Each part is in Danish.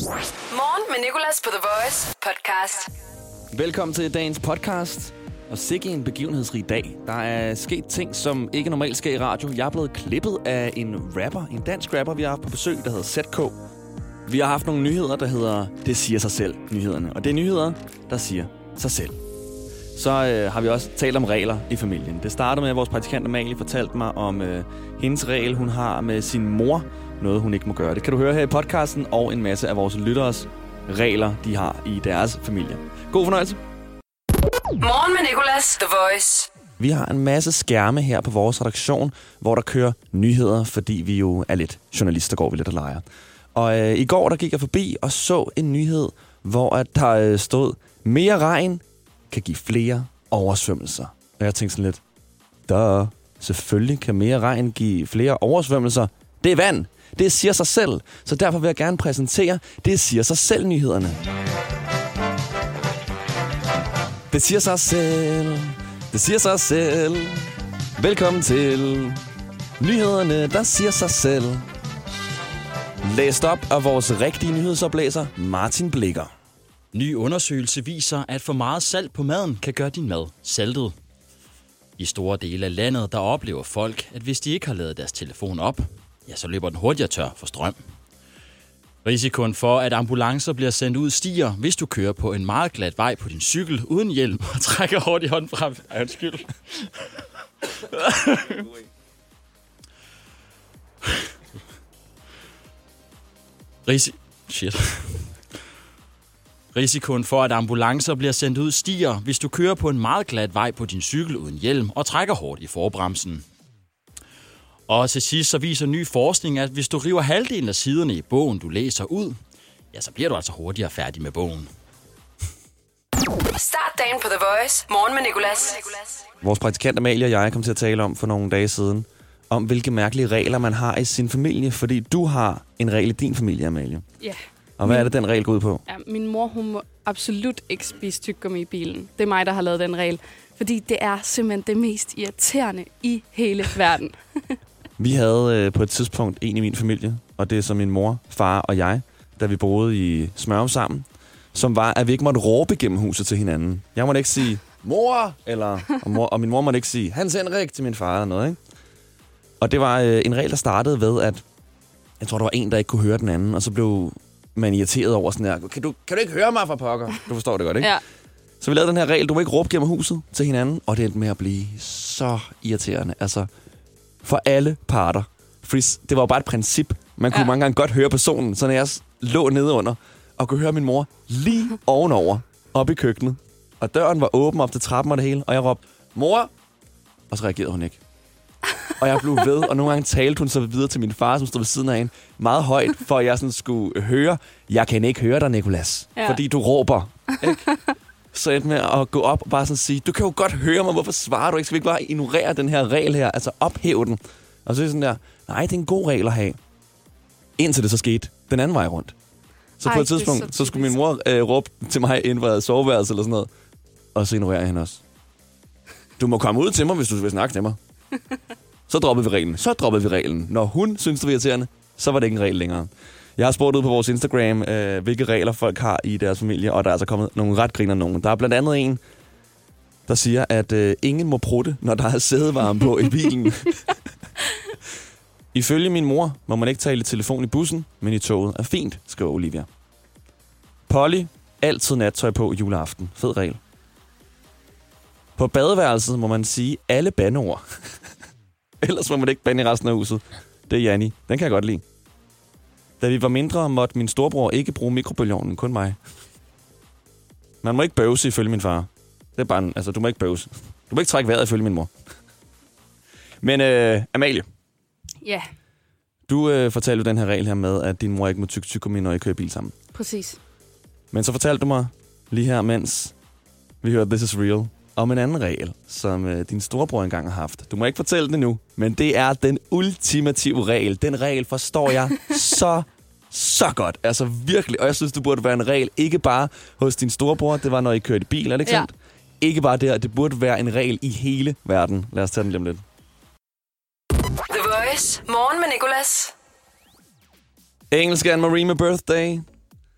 Morgen med Nicolas på The Voice podcast. Velkommen til dagens podcast. Og sikke en begivenhedsrig dag. Der er sket ting, som ikke normalt sker i radio. Jeg er blevet klippet af en rapper, en dansk rapper, vi har haft på besøg, der hedder ZK. Vi har haft nogle nyheder, der hedder Det siger sig selv, nyhederne. Og det er nyheder, der siger sig selv. Så har vi også talt om regler i familien. Det startede med, at vores praktikant Amalie fortalte mig om hendes regel, hun har med sin mor. Noget, hun ikke må gøre. Det kan du høre her i podcasten, og en masse af vores lytteres regler, de har i deres familie. God fornøjelse. Morgen med Nicolas, The Voice. Vi har en masse skærme her på vores redaktion, hvor der kører nyheder, fordi vi jo er lidt journalister, går vi lidt og leger. Og i går, der gik jeg forbi og så en nyhed, hvor at der stod, mere regn kan give flere oversvømmelser. Og jeg tænkte sådan lidt, selvfølgelig kan mere regn give flere oversvømmelser. Det er vand. Det siger sig selv. Så derfor vil jeg gerne præsentere, det siger sig selv nyhederne. Det siger sig selv. Det siger sig selv. Velkommen til nyhederne, der siger sig selv. Læst op af vores rigtige nyhedsoplæser, Martin Blikker. Ny undersøgelse viser, at for meget salt på maden kan gøre din mad saltet. I store dele af landet, der oplever folk, at hvis de ikke har ladet deres telefon op, ja, så løber den hurtigere tør for strøm. Risikoen for, at ambulancer bliver sendt ud, stiger, hvis du kører på en meget glat vej på din cykel uden hjelm og trækker hårdt i hånden frem. Undskyld. Risikoen for, at ambulancer bliver sendt ud, stiger, hvis du kører på en meget glat vej på din cykel uden hjelm og trækker hårdt i forbremsen. Og til sidst så viser ny forskning, at hvis du river halvdelen af siderne i bogen, du læser ud, ja, så bliver du altså hurtigere færdig med bogen. Start dagen på The Voice. Morgen med Nicolas. Vores praktikant Amalie og jeg kom til at tale om for nogle dage siden, om hvilke mærkelige regler man har i sin familie, fordi du har en regel i din familie, Amalie. Ja. Og hvad er det, den regel går ud på? Ja, min mor, hun må absolut ikke spise tyggegummi i bilen. Det er mig, der har lavet den regel. Fordi det er simpelthen det mest irriterende i hele verden. Vi havde på et tidspunkt en i min familie, og det er så min mor, far og jeg, da vi boede i Smørum sammen, som var, at vi ikke måtte råbe gennem huset til hinanden. Jeg måtte ikke sige, mor, og min mor måtte ikke sige, Hans Henrik til min far eller noget, ikke? Og det var en regel, der startede ved, at jeg tror, der var en, der ikke kunne høre den anden, og så blev man irriteret over sådan her, kan du ikke høre mig for pokker? Du forstår det godt, ikke? Ja. Så vi lavede den her regel, du må ikke råbe gennem huset til hinanden, og det endte med at blive så irriterende. Altså, for alle parter. Det var jo bare et princip. Man kunne mange gange godt høre personen, så når jeg lå nede under, og kunne høre min mor lige ovenover, oppe i køkkenet. Og døren var åben op til trappen og det hele, og jeg råbte, mor! Og så reagerede hun ikke. Og jeg blev ved, og nogle gange talte hun så videre til min far, som stod ved siden af hende, meget højt, for at jeg sådan skulle høre, jeg kan ikke høre dig, Nicolas, fordi du råber. Ikke? Så endte med at gå op og bare sådan sige, du kan jo godt høre mig, hvorfor svarer du ikke? Skal vi ikke bare ignorere den her regel her, altså ophæve den? Og så er det sådan der, nej, det er en god regel at have. Indtil det så skete den anden vej rundt. Så på et tidspunkt, så skulle min mor råbe til mig inden for soveværelse eller sådan noget, og så ignorerer jeg hende også. Du må komme ud til mig, hvis du vil snakke til mig. Så droppede vi reglen. Når hun synes, det var irriterende, så var det ikke en regel længere. Jeg har spurgt ud på vores Instagram, hvilke regler folk har i deres familie, og der er altså kommet nogle ret griner nogen. Der er blandt andet en, der siger, at ingen må prutte, når der er sædevarme på i bilen. Ifølge min mor må man ikke tale i telefon i bussen, men i toget er fint, skriver Olivia. Polly, altid nattøj på juleaften. Fed regel. På badeværelset må man sige alle bandeord. Ellers må man ikke bande i resten af huset. Det er Janni. Den kan jeg godt lide. Da vi var mindre, måtte min storebror ikke bruge mikrobølgeovnen, kun mig. Man må ikke bøvse ifølge min far. Det er bare altså, du må ikke bøvse. Du må ikke trække vejret ifølge min mor. Men Amalie. Ja. Du fortalte jo den her regel her med, at din mor ikke må tygge tyggegummi, når I kører bil sammen. Præcis. Men så fortalte du mig lige her, mens vi hørte This Is Real, om en anden regel, som din storebror engang har haft. Du må ikke fortælle det nu, men det er den ultimative regel. Den regel forstår jeg så godt. Altså virkelig. Og jeg synes, det burde være en regel, ikke bare hos din storebror. Det var, når I kørte i bil, er det ikke sandt? Ikke bare der. Det burde være en regel i hele verden. Lad os tage den lige om lidt. The Voice. Morgen med Nicolas. Engelsk Anne-Marie med Birthday.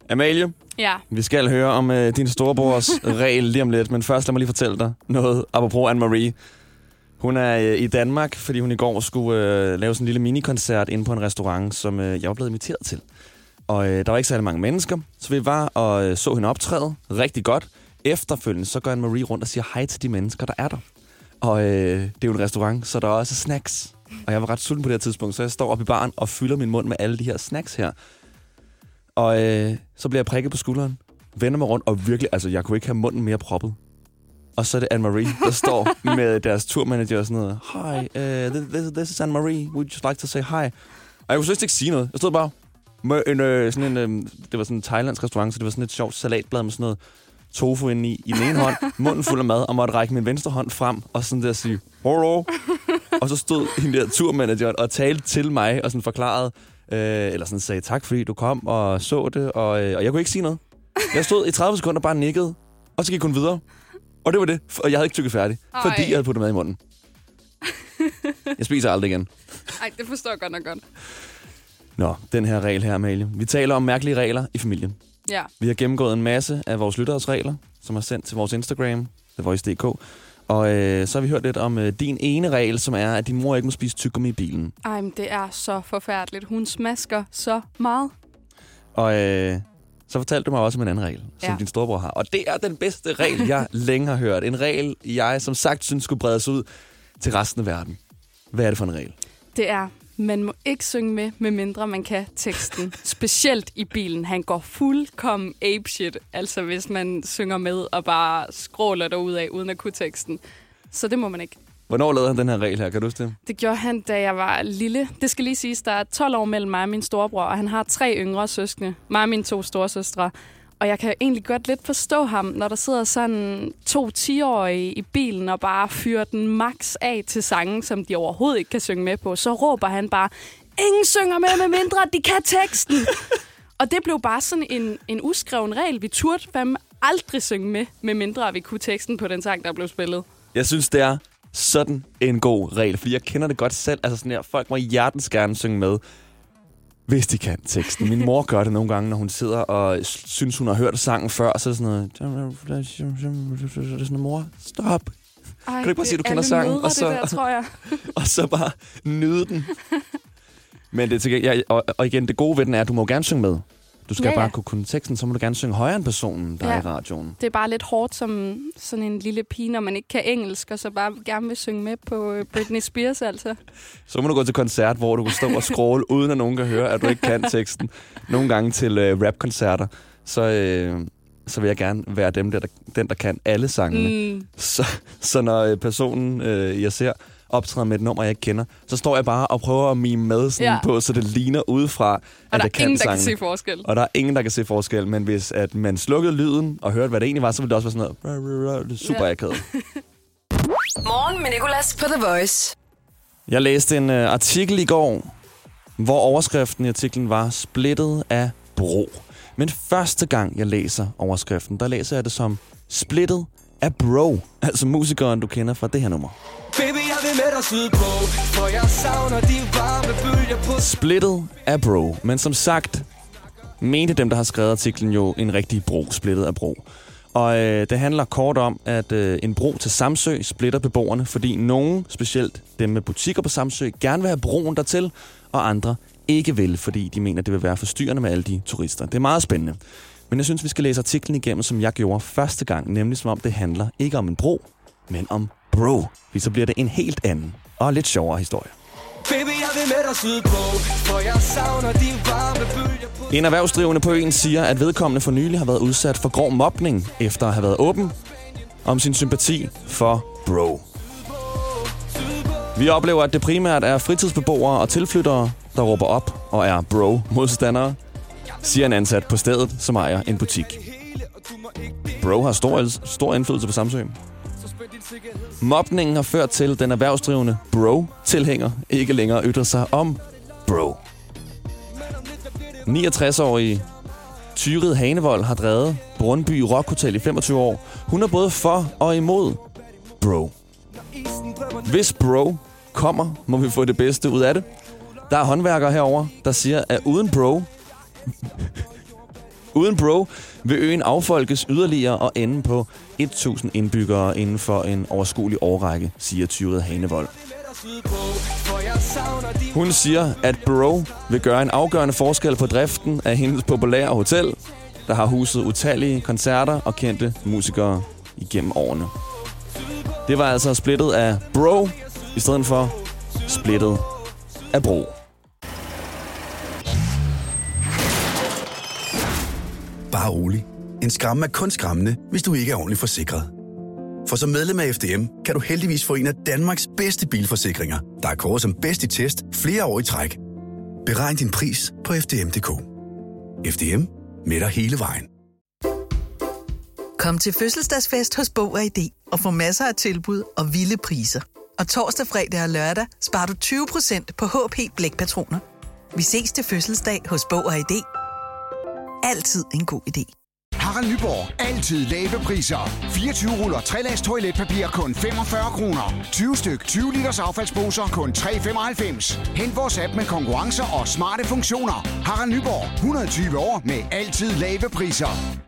Amalie, Ja. vi skal høre om din storebrors regel lige om lidt, men først lad mig lige fortælle dig noget apropos Anne-Marie. Hun er i Danmark, fordi hun i går skulle lave sådan en lille minikoncert inde på en restaurant, som jeg var blevet inviteret til. Og der var ikke særlig mange mennesker, så vi var og så hende optræde rigtig godt. Efterfølgende så går Anne-Marie rundt og siger hej til de mennesker, der er der. Og det er jo en restaurant, så der er også snacks. Og jeg var ret sulten på det her tidspunkt, så jeg står oppe i baren og fylder min mund med alle de her snacks her. Og så bliver jeg prikket på skulderen, vender mig rundt, og virkelig, altså jeg kunne ikke have munden mere proppet. Og så er det Anne-Marie, der står med deres turmanager og sådan noget. Hi, this is Anne-Marie. Would you like to say hi? Og jeg kunne slet ikke sige noget. Jeg stod bare med det var sådan en thailandsk restaurant, så det var sådan et sjovt salatblad med sådan noget tofu inde i den ene hånd, munden fuld af mad, og måtte række min venstre hånd frem, og sådan der sige, hello. Og så stod hende der turmanageren og talte til mig, og sådan forklarede, eller sådan sagde tak, fordi du kom og så det, og jeg kunne ikke sige noget. Jeg stod i 30 sekunder bare nikket, og så gik hun videre. Og det var det, og jeg havde ikke tykket færdig, fordi jeg havde puttet mad i munden. Jeg spiser aldrig igen. Ej, det forstår jeg godt nok godt. Nå, den her regel her, Amalie. Vi taler om mærkelige regler i familien. Ja. Vi har gennemgået en masse af vores lytteres regler, som er sendt til vores Instagram, thevoice.dk. Og så har vi hørt lidt om din ene regel, som er, at din mor ikke må spise tyggegummi i bilen. Ej, men det er så forfærdeligt. Hun smasker så meget. Og så fortalte du mig også om en anden regel, som din storebror har. Og det er den bedste regel, jeg længe har hørt. En regel, jeg som sagt synes skulle bredes ud til resten af verden. Hvad er det for en regel? Det er, man må ikke synge med mindre man kan teksten. Specielt i bilen. Han går fuldkommen apeshit. Altså hvis man synger med og bare skråler derudad uden at kunne teksten. Så det må man ikke. Hvornår lavede han den her regel her? Kan du huske det? Det gjorde han, da jeg var lille. Det skal lige siges, der er 12 år mellem mig og min storebror, og han har 3 yngre søskende. Mig og mine 2 storesøstre. Og jeg kan egentlig godt lidt forstå ham, når der sidder sådan 2 10-årige i bilen og bare fyrer den max af til sange, som de overhovedet ikke kan synge med på. Så råber han bare, ingen synger med mindre de kan teksten. Og det blev bare sådan en uskreven regel. Vi turde fandme aldrig synge med mindre vi kunne teksten på den sang, der blev spillet. Jeg synes, det er sådan en god regel, fordi jeg kender det godt selv. Altså sådan her, folk må hjertens gerne synge med, hvis de kan teksten. Min mor gør det nogle gange, når hun sidder og synes, hun har hørt sangen før, så er det sådan noget, mor, stop. Kan du ikke bare sige, at du kender sangen? Og så, det der, tror jeg. Og så bare nyde den. Men det er og igen, det gode ved den er, at du må gerne synge med. Du skal bare kunne teksten, så må du gerne synge højere end personen, der er i radioen. Det er bare lidt hårdt som sådan en lille pige, når man ikke kan engelsk, og så bare gerne vil synge med på Britney Spears, altså. Så må du gå til koncert, hvor du kan stå og scrolle, uden at nogen kan høre, at du ikke kan teksten. Nogle gange til rapkoncerter, så vil jeg gerne være den, der kan alle sangene. Så når personen, jeg ser, optræder med et nummer, jeg ikke kender, så står jeg bare og prøver at mime med sådan på, så det ligner udefra, at jeg kan ingen, sangen. Der kan se forskel. Og der er ingen, der kan se forskel. Men hvis at man slukkede lyden og hørte, hvad det egentlig var, så ville det også være sådan noget super akavet. Morgen med Nicolas på The Voice. Jeg læste en artikel i går, hvor overskriften i artiklen var splittet af bro. Men første gang, jeg læser overskriften, der læser jeg det som splittet af bro. Altså musikeren, du kender fra det her nummer. Baby, jeg vil med dig sydpå, for jeg savner de varme bølger på... Splittet af bro. Men som sagt, mente dem, der har skrevet artiklen jo en rigtig bro. Splittet af bro. Og det handler kort om, at en bro til Samsø splitter beboerne, fordi nogen, specielt dem med butikker på Samsø, gerne vil have broen dertil, og andre ikke vil, fordi de mener, det vil være forstyrrende med alle de turister. Det er meget spændende. Men jeg synes, vi skal læse artiklen igennem, som jeg gjorde første gang, nemlig som om det handler ikke om en bro, men om bro. Fordi så bliver det en helt anden og lidt sjovere historie. Baby, jeg vil med dig sydpå, for jeg savner de varme bølger på... En erhvervsdrivende på øen siger, at vedkommende for nylig har været udsat for grov mobning, efter at have været åben om sin sympati for bro. Vi oplever, at det primært er fritidsbeboere og tilflyttere, der råber op og er bro-modstandere, siger en ansat på stedet, som ejer en butik. Bro har stor indflydelse på Samsø. Mobningen har ført til, at den erhvervsdrivende bro-tilhænger ikke længere ytrer sig om bro. 69-årige Tyrid Hanevold har drevet Brundby Rock Hotel i 25 år. Hun er både for og imod bro. Hvis bro kommer, må vi få det bedste ud af det. Der er håndværkere herover, der siger, at uden bro Uden Bro vil øen affolkes yderligere og ende på 1.000 indbyggere inden for en overskuelig årrække, siger Tyred Hanevold. Hun siger, at Bro vil gøre en afgørende forskel på driften af hendes populære hotel, der har huset utallige koncerter og kendte musikere igennem årene. Det var altså splittet af Bro, i stedet for splittet af Bro. Bare rolig. En skramme er kun skræmmende, hvis du ikke er ordentligt forsikret. For som medlem af FDM kan du heldigvis få en af Danmarks bedste bilforsikringer, der er kåret som bedst i test flere år i træk. Beregn din pris på FDM.dk. FDM med dig hele vejen. Kom til fødselsdagsfest hos Bog og ID og få masser af tilbud og vilde priser. Og torsdag, fredag og lørdag sparer du 20% på HP blækpatroner. Vi ses til fødselsdag hos Bog og ID. Altid en god idé. Harald Nyborg. Altid lave priser. 24 ruller 3-lags toiletpapir kun 45 kroner. 20 styk 20 liters affaldsposer kun 3,95. Hent vores app med konkurrencer og smarte funktioner. Harald Nyborg. 120 år med altid lave priser.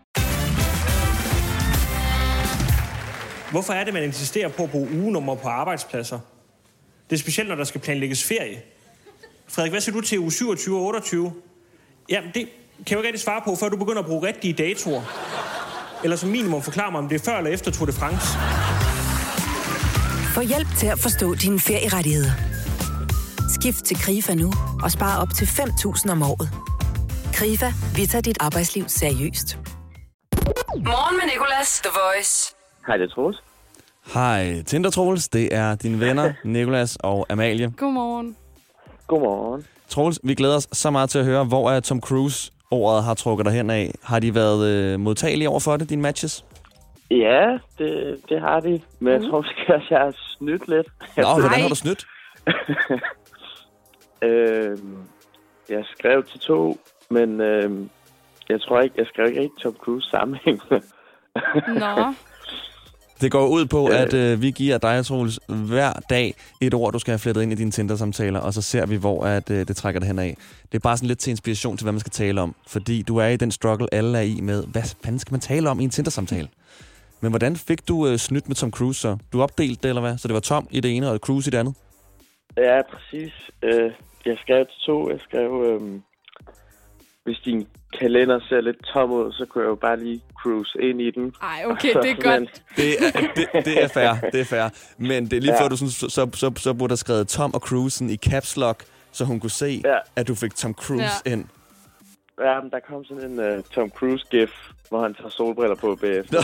Hvorfor er det, man insisterer på at bruge ugenummer på arbejdspladser? Det er specielt, når der skal planlægges ferie. Frederik, hvad siger du til uge 27 og 28? Jamen, det kan jeg jo ikke rigtig svare på, før du begynder at bruge rigtige datoer. Eller som minimum forklare mig, om det er før eller efter Tour de France. Få hjælp til at forstå dine ferierettigheder. Skift til KRIFA nu og spar op til 5.000 om året. KRIFA, vi tager dit arbejdsliv seriøst. Morgen med Nicolas, The Voice. Hej, det er Troels. Hej, Tinder Troels. Det er dine venner, Nicolas og Amalie. Godmorgen. Godmorgen. Troels, vi glæder os så meget til at høre, hvor er Tom Cruise-ordet har trukket dig hen af. Har de været modtagelige over for det, dine matches? Ja, det har de. Men jeg tror måske også, jeg har snydt lidt. Nå, hvordan har du snydt? Jeg skrev til 2, men jeg tror ikke, jeg skrev ikke rigtig Tom Cruise sammenhængende. Nå. Det går ud på, at vi giver dig, Troels, hver dag et ord, du skal have flettet ind i dine Tinder-samtaler, og så ser vi, hvor det trækker det hen af. Det er bare sådan lidt til inspiration til, hvad man skal tale om. Fordi du er i den struggle, alle er i med, hvad fanden skal man tale om i en Tinder-samtale? Men hvordan fik du snydt med Tom Cruise så? Du opdelte det, eller hvad? Så det var Tom i det ene, og Cruise i det andet? Ja, præcis. Jeg skrev til 2. Jeg skrev, hvis din kalender ser lidt tom ud, så kunne jeg jo bare lige cruise ind i den. Ej, okay, det er godt. Det er fair, det er fair. Men det er lige før, du synes, så burde der skrevet Tom og Cruisen i caps lock, så hun kunne se, at du fik Tom Cruise ind. Ja, men der kom sådan en Tom Cruise-gif, hvor han tager solbriller på bagefter.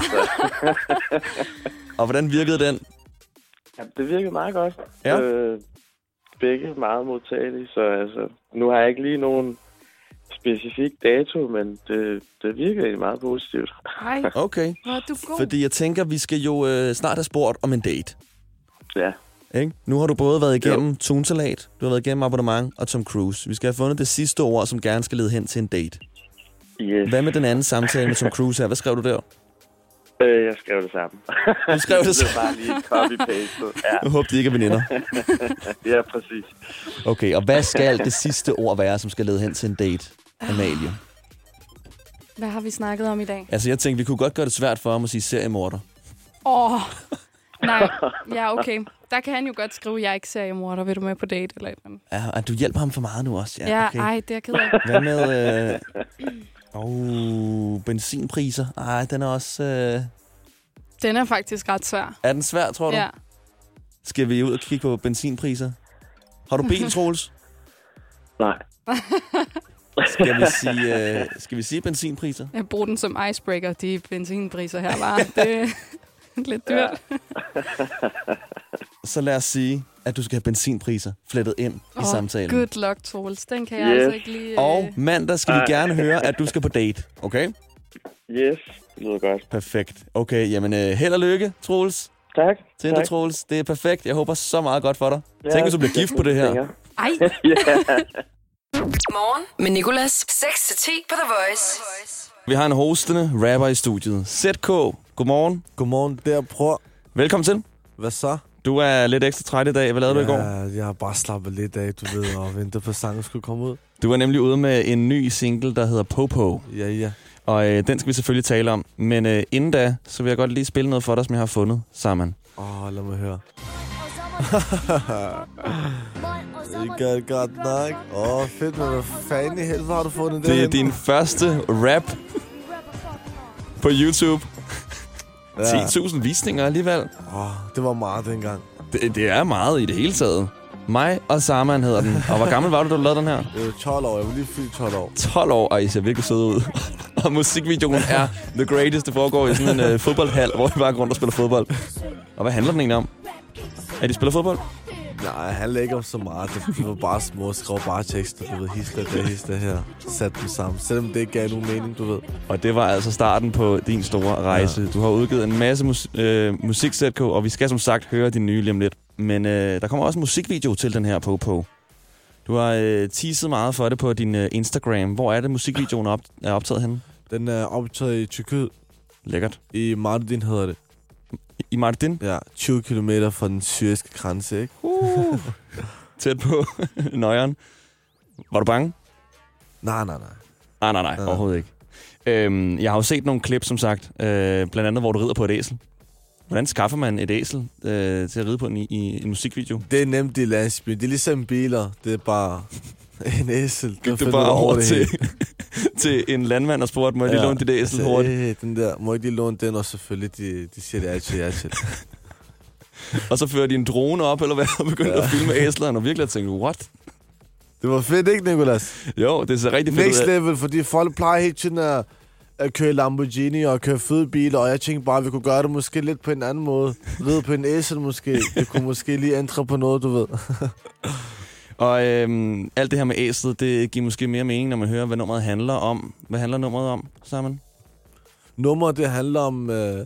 Og hvordan virkede den? Ja, det virkede meget godt. Ja. Begge meget modtagelige, så altså, nu har jeg ikke lige nogen specifik dato, men det virker egentlig meget positivt. Hej. Okay. Hvor er du god. Fordi jeg tænker, vi skal jo snart have spurgt om en date. Ja. Ikke? Nu har du både været igennem Tunsalat, du har været igennem abonnement og Tom Cruise. Vi skal have fundet det sidste ord, som gerne skal lede hen til en date. Yes. Hvad med den anden samtale med Tom Cruise her? Hvad skrev du der? Jeg skrev det sammen. Du skrev det sammen? Det var bare lige copy-paste. Ja. Jeg håber, de ikke er veninder. Ja, præcis. Okay, og hvad skal det sidste ord være, som skal lede hen til en date, Amalie? Hvad har vi snakket om i dag? Altså, jeg tænkte, vi kunne godt gøre det svært for ham at sige seriemorder. Nej. Ja, okay. Der kan han jo godt skrive, at jeg ikke seriemorder. Vil du med på date eller et eller andet? Ja, og du hjælper ham for meget nu også. Ja, okay. Ej, det er jeg ked af. Hvad med... benzinpriser? Ej, den er også... Den er faktisk ret svær. Er den svær, tror du? Ja. Skal vi ud og kigge på benzinpriser? Har du bil, Troels? Nej. Skal vi sige benzinpriser? Jeg bruger den som icebreaker, de benzinpriser her var. Det er lidt dyrt. Så lad os sige, at du skal have benzinpriser flettet ind i samtalen. Good luck, Troels. Den kan jeg altså ikke lige... Og mandag skal vi gerne høre, at du skal på date, okay? Yes, det lyder godt. Perfekt. Okay, jamen held og lykke, Troels. Tak. Tinder, Troels. Det er perfekt. Jeg håber så meget godt for dig. Tænk, hvis du bliver gift på det her. Ej. Morgen med Nicolas. 6-10 på The Voice. Vi har en hostende rapper i studiet. ZK, godmorgen. Godmorgen, der bror. Velkommen til. Hvad så? Du er lidt ekstra træt i dag. Hvad lavede du i går? Jeg har bare slappet lidt af, du ved, og ventet på, at sangen skulle komme ud. Du er nemlig ude med en ny single, der hedder Popo. Ja. Og den skal vi selvfølgelig tale om. Men inden da, så vil jeg godt lige spille noget for dig, som jeg har fundet sammen. Lad mig høre. Det er godt nok. Fedt, men hvad fanden i helvede har du fundet det? Det er din første rap på YouTube. Ja. 10.000 visninger alligevel. Det var meget dengang. Det er meget i det hele taget. Mig og Saman hedder den. Og hvor gammel var du, da du lavede den her? 12 år. Jeg var lige fyldt 12 år. 12 år, og I ser virkelig søde ud. Og musikvideoen er the greatest. Det foregår i sådan en fodboldhal, hvor vi bare går rundt og spiller fodbold. Og hvad handler den egentlig om? Er de spiller fodbold? Nej, han lægger om så meget. Det var bare små, skrev bare tekster, du ved, hister her. Sat dem sammen, selvom det ikke gav nogen mening, du ved. Og det var altså starten på din store rejse. Ja. Du har udgivet en masse musik, ZK, og vi skal som sagt høre din nye lige om lidt. Men der kommer også en musikvideo til den her på. Du har teaset meget for det på din Instagram. Hvor er det, musikvideoen er optaget henne? Den er optaget i Tyrkiet. Lækkert. I Mardin hedder det. I Mardin? Ja, 20 kilometer fra den syriske grænse, ikke? Tæt på nøjeren. Var du bange? Nej. Overhovedet ikke. Jeg har jo set nogle klip, som sagt. Blandt andet, hvor du rider på et æsel. Hvordan skaffer man et æsel til at ride på i en musikvideo? Det er nemt i landsbyen. Det er ligesom biler. Det er bare en æsel. Gik du bare over til en landmand og spurgte, må jeg lige låne dit æsel hurtigt? Den der, må jeg lige låne den, og selvfølgelig, de siger det altid, Og så fører de en drone op, eller hvad, og begyndte at filme æslerne, og virkelig tænkte, what? Det var fedt, ikke, Nicolas? Jo, det ser rigtig fedt ud. Next level, fordi folk plejer helt tiden at køre Lamborghini og køre fede biler, og jeg tænkte bare, at vi kunne gøre det måske lidt på en anden måde. Ride på en æsel måske. Det kunne måske lige ændre på noget, du ved. Og alt det her med æslet, det giver måske mere mening, når man hører, hvad nummeret handler om. Hvad handler nummeret om, Simon? Nummeret, det handler om...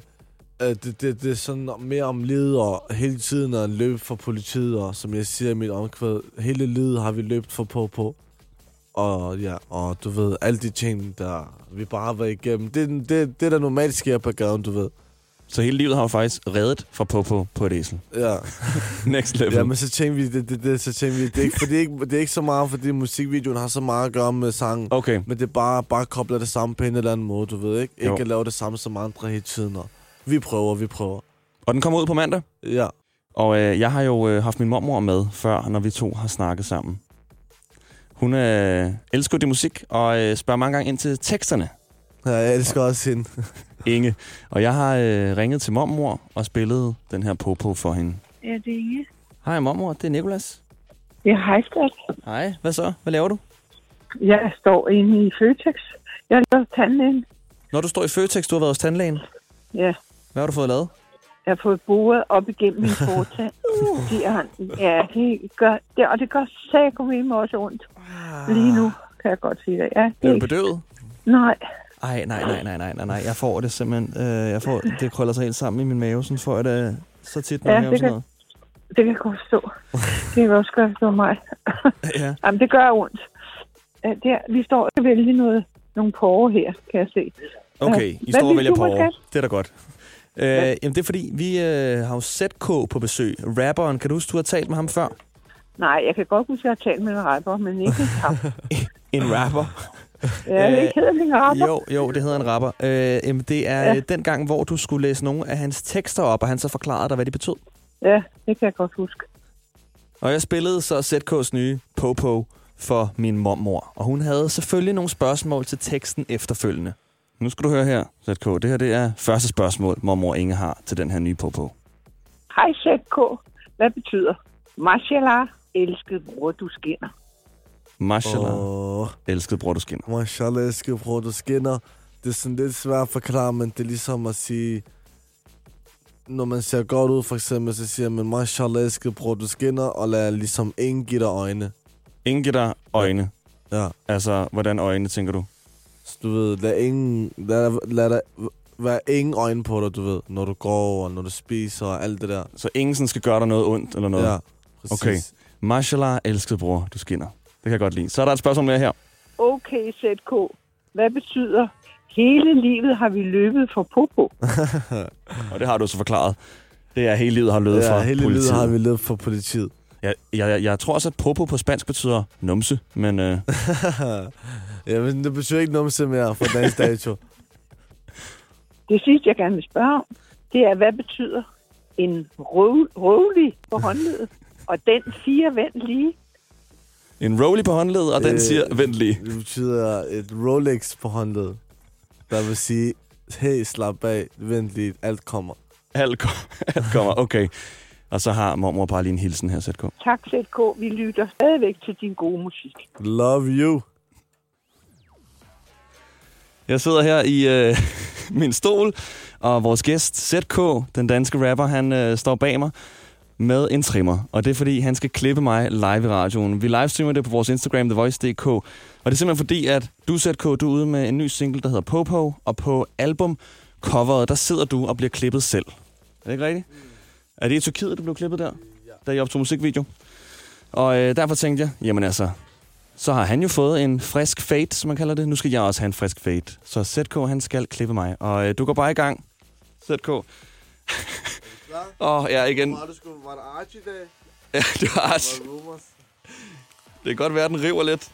Det er sådan mere om livet og hele tiden at løbe for politiet, og som jeg siger i mit omkvæd, hele livet har vi løbet for på. Og ja, og du ved, alle de ting, der vi bare har været igennem, det der normalt sker på gaden, du ved. Så hele livet har jo faktisk reddet fra på et æsel. Ja. Next level. Ja, men så tænkte vi, det er ikke så meget, fordi musikvideoen har så meget at gøre med sangen. Okay. Men det er bare kobler det sammen på en eller anden måde, du ved, ikke? Ikke at lave det samme som andre hele tiden, og vi prøver. Og den kommer ud på mandag? Ja. Og jeg har jo haft min mormor med før, når vi to har snakket sammen. Hun elsker det musik, og spørger mange gange ind til teksterne. Ja, jeg elsker også hende. Inge. Og jeg har ringet til mormor og spillet den her på for hende. Ja, det er Inge. Hej mormor, det er Nicolas. Ja, hej skat. Hej, hvad så? Hvad laver du? Jeg står inde i Føtex. Jeg laver tandlægen. Når du står i Føtex, du har været hos tandlægen? Ja. Hvad har du fået lavet? Jeg har fået boret op igennem min fortand. Det gør sækommen også ondt. Lige nu kan jeg godt sige det. Ja, er du bedøvet? Nej. Ej, nej. Jeg får det simpelthen. Det krøller sig helt sammen i min mave, sådan får jeg det så tit, når jeg hører sådan noget. Det kan jeg godt forstå. Det kan også gøre for mig. Ja. Jamen, det gør ondt. Vi står og vælger nogle porre her, kan jeg se. Okay, I står og vælger porre. Det er da godt. Jamen, det er fordi, vi har jo ZK på besøg. Rapperen, kan du huske, du har talt med ham før? Nej, jeg kan godt huske, at jeg har talt med en rapper, men ikke ham. En rapper? Ja, det hedder en rapper. Jo, det hedder en rapper. Det er den gang, hvor du skulle læse nogle af hans tekster op, og han så forklarede dig, hvad de betød. Ja, det kan jeg godt huske. Og jeg spillede så ZK's nye Popo for min mormor, og hun havde selvfølgelig nogle spørgsmål til teksten efterfølgende. Nu skal du høre her, ZK. Det her det er første spørgsmål, mormor Inge har til den her nye Popo. Hej ZK. Hvad betyder Mashallah, elsket bror, du skinner? Mashallah, elsket bror, du skinner. Mashallah, elsket bror, du skinner. Det er sådan lidt svært at forklare, men det er ligesom at sige... Når man ser godt ud, for eksempel, så siger man Mashallah, elsket bror, du skinner, og lad ligesom ingen give dig øjne. Ingen give dig øjne? Ja. Altså, hvordan øjne, tænker du? Du ved, lad der være ingen øjne på dig, du ved, når du går og når du spiser og alt det der. Så ingen sådan skal gøre dig noget ondt eller noget? Ja, præcis. Okay. Mashallah, elsket bror, du skinner. Det kan jeg godt lide. Så er der et spørgsmål mere her. Okay, ZK. Hvad betyder, hele livet har vi løbet for Popo? Og det har du så forklaret. Det er hele livet har løbet for politiet. Ja, hele livet har vi løbet for politiet. Jeg tror også, at popo på spansk betyder numse, men... Ja, men det betyder ikke numse mere for dagens dato. Det sidste, jeg gerne vil spørge om, det er, hvad betyder en rolig på håndledet, og den siger vent lige? En rolig på håndledet, og den siger vent lige. Det betyder et Rolex på håndledet, der vil sige, hey, slap af, vent lige, alt kommer. Alt kommer, okay. Og så har mormor bare lige en hilsen her, ZK. Tak, ZK. Vi lytter stadigvæk til din gode musik. Love you. Jeg sidder her i min stol, og vores gæst, ZK, den danske rapper, han står bag mig med en trimmer. Og det er, fordi han skal klippe mig live i radioen. Vi livestreamer det på vores Instagram, thevoice.dk. Og det er simpelthen fordi, at du, ZK, du er ude med en ny single, der hedder Popo. Og på albumcoveret, der sidder du og bliver klippet selv. Er det ikke rigtigt? Er det i Tyrkiet, du blev klippet der? Da I optog musikvideo? Og derfor tænkte jeg, jamen altså, så har han jo fået en frisk fade, som man kalder det. Nu skal jeg også have en frisk fade. Så ZK, han skal klippe mig. Og du går bare i gang. ZK. Ja, igen. Var det Archie-dag? Ja, det var Archie. Det kan godt være, den river lidt.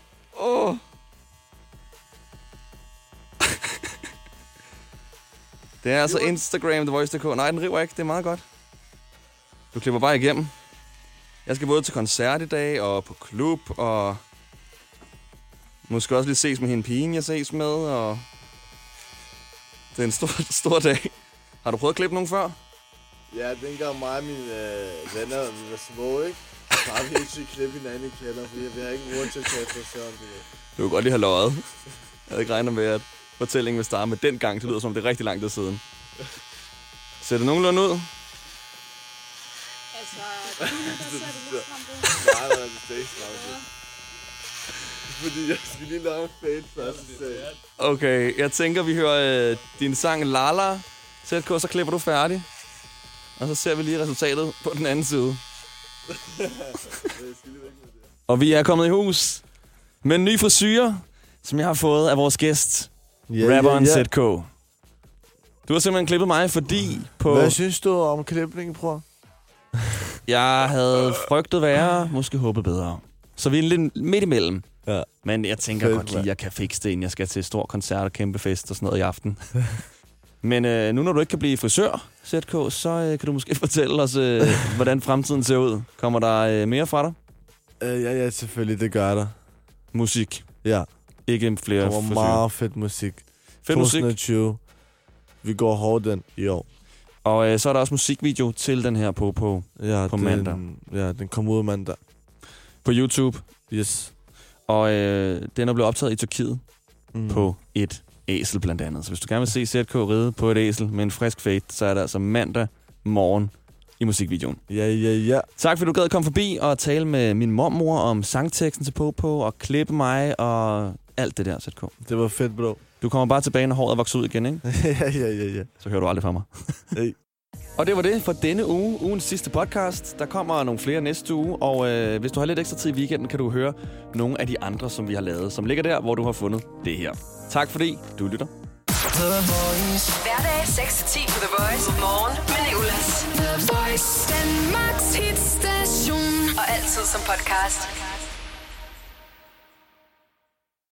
Det er altså Instagram, thevoice.dk. Nej, den river ikke. Det er meget godt. Du klipper bare igennem. Jeg skal både til koncert i dag, og på klub, og måske også lige ses med hende pigen, jeg ses med, og det er en stor dag. Har du prøvet at klippe nogen før? Ja, dengang mig og mine venner, vi var små, ikke? Så har vi helt sygt klippe hinanden i kælder, fordi vi har ikke råd til at tage på søren. Du kan godt lige have løjet. Jeg havde ikke regnet med, at fortællingen vil starte med den gang. Det lyder som, det er rigtig lang tid siden. Ser det nogenlunde ud? Altså, der ser det lidt stramt ud. Nej, det er ikke stramt ud. Fordi jeg skal lige lave en fade først. Okay, jeg tænker, vi hører din sang Lala. ZK, så klipper du færdig. Og så ser vi lige resultatet på den anden side. Og vi er kommet i hus med en ny frisyre, som jeg har fået af vores gæst, rapperen ZK. Du har simpelthen klippet mig, fordi på... Hvad synes du om klipningen, bror? Jeg havde frygtet værre, måske håbet bedre. Så vi er lidt midt imellem. Ja. Men jeg tænker godt lige, at jeg kan fikse det, inden jeg skal til stor koncert og kæmpe fest og sådan noget i aften. Men nu når du ikke kan blive frisør, ZK, så kan du måske fortælle os, hvordan fremtiden ser ud. Kommer der mere fra dig? Ja, selvfølgelig, det gør der. Musik? Ja. Ikke flere frisør? Det var meget fedt musik. Fedt musik? 2020. Vi går hårdt den i år. Og så er der også musikvideo til den her på mandag. Ja, den kommer ud mandag. På YouTube? Yes. Og den er blevet optaget i Tyrkiet på et æsel blandt andet. Så hvis du gerne vil se ZK ride på et æsel med en frisk fade, så er det altså mandag morgen i musikvideoen. Ja. Tak fordi du gad at komme forbi og tale med min mormor om sangteksten til Popo og klippe mig og alt det der, ZK. Det var fedt, bro. Du kommer bare tilbage, når håret er vokset ud igen, ikke? Ja. Så hører du aldrig fra mig. Hey. Og det var det for denne uge, ugens sidste podcast. Der kommer nogle flere næste uge, og hvis du har lidt ekstra tid i weekenden, kan du høre nogle af de andre, som vi har lavet, som ligger der, hvor du har fundet det her. Tak fordi du lytter. Hverdag 6-10 på The Voice. Morgen med Nicolas. The Voice. Danmarks hitstation. Og altid som podcast.